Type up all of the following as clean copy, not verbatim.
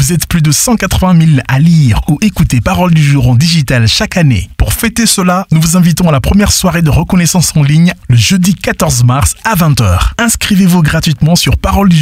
Vous êtes plus de 180 000 à lire ou écouter Parole du jour en digital chaque année. Pour fêter cela, nous vous invitons à la première soirée de reconnaissance en ligne le jeudi 14 mars à 20h. Inscrivez-vous gratuitement sur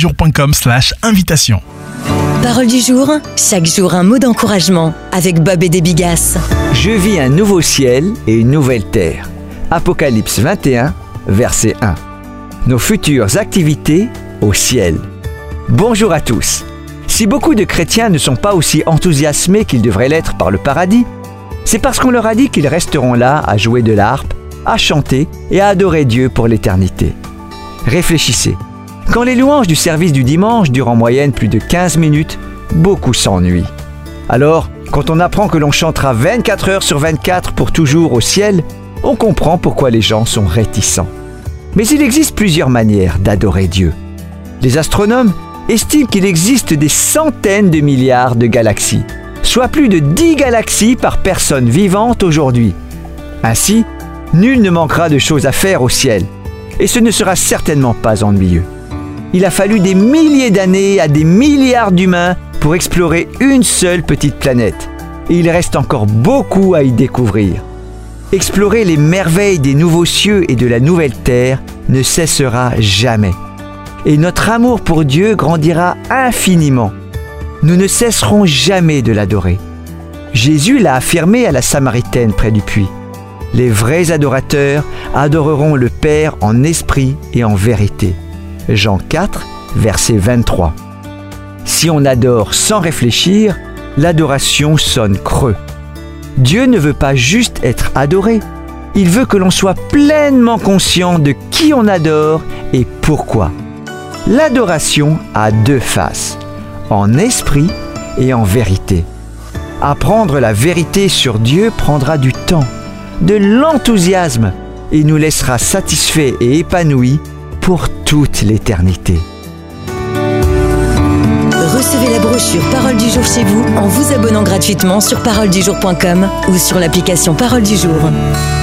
paroledujour.com/invitation. Parole du jour, chaque jour un mot d'encouragement avec Bob et des Bigasses. Je vis un nouveau ciel et une nouvelle terre. Apocalypse 21, verset 1. Nos futures activités au ciel. Bonjour à tous. Si beaucoup de chrétiens ne sont pas aussi enthousiasmés qu'ils devraient l'être par le paradis, c'est parce qu'on leur a dit qu'ils resteront là à jouer de l'harpe, à chanter et à adorer Dieu pour l'éternité. Réfléchissez. Quand les louanges du service du dimanche durent en moyenne plus de 15 minutes, beaucoup s'ennuient. Alors, quand on apprend que l'on chantera 24 heures sur 24 pour toujours au ciel, on comprend pourquoi les gens sont réticents. Mais il existe plusieurs manières d'adorer Dieu. Les astronomes estiment qu'il existe des centaines de milliards de galaxies, soit plus de 10 galaxies par personne vivante aujourd'hui. Ainsi, nul ne manquera de choses à faire au ciel, et ce ne sera certainement pas ennuyeux. Il a fallu des milliers d'années à des milliards d'humains pour explorer une seule petite planète, et il reste encore beaucoup à y découvrir. Explorer les merveilles des nouveaux cieux et de la nouvelle terre ne cessera jamais. Et notre amour pour Dieu grandira infiniment. Nous ne cesserons jamais de l'adorer. Jésus l'a affirmé à la Samaritaine près du puits. Les vrais adorateurs adoreront le Père en esprit et en vérité. Jean 4, verset 23. Si on adore sans réfléchir, l'adoration sonne creux. Dieu ne veut pas juste être adoré. Il veut que l'on soit pleinement conscient de qui on adore et pourquoi. L'adoration a deux faces, en esprit et en vérité. Apprendre la vérité sur Dieu prendra du temps, de l'enthousiasme et nous laissera satisfaits et épanouis pour toute l'éternité. Recevez la brochure Parole du jour chez vous en vous abonnant gratuitement sur paroledujour.com ou sur l'application Parole du jour.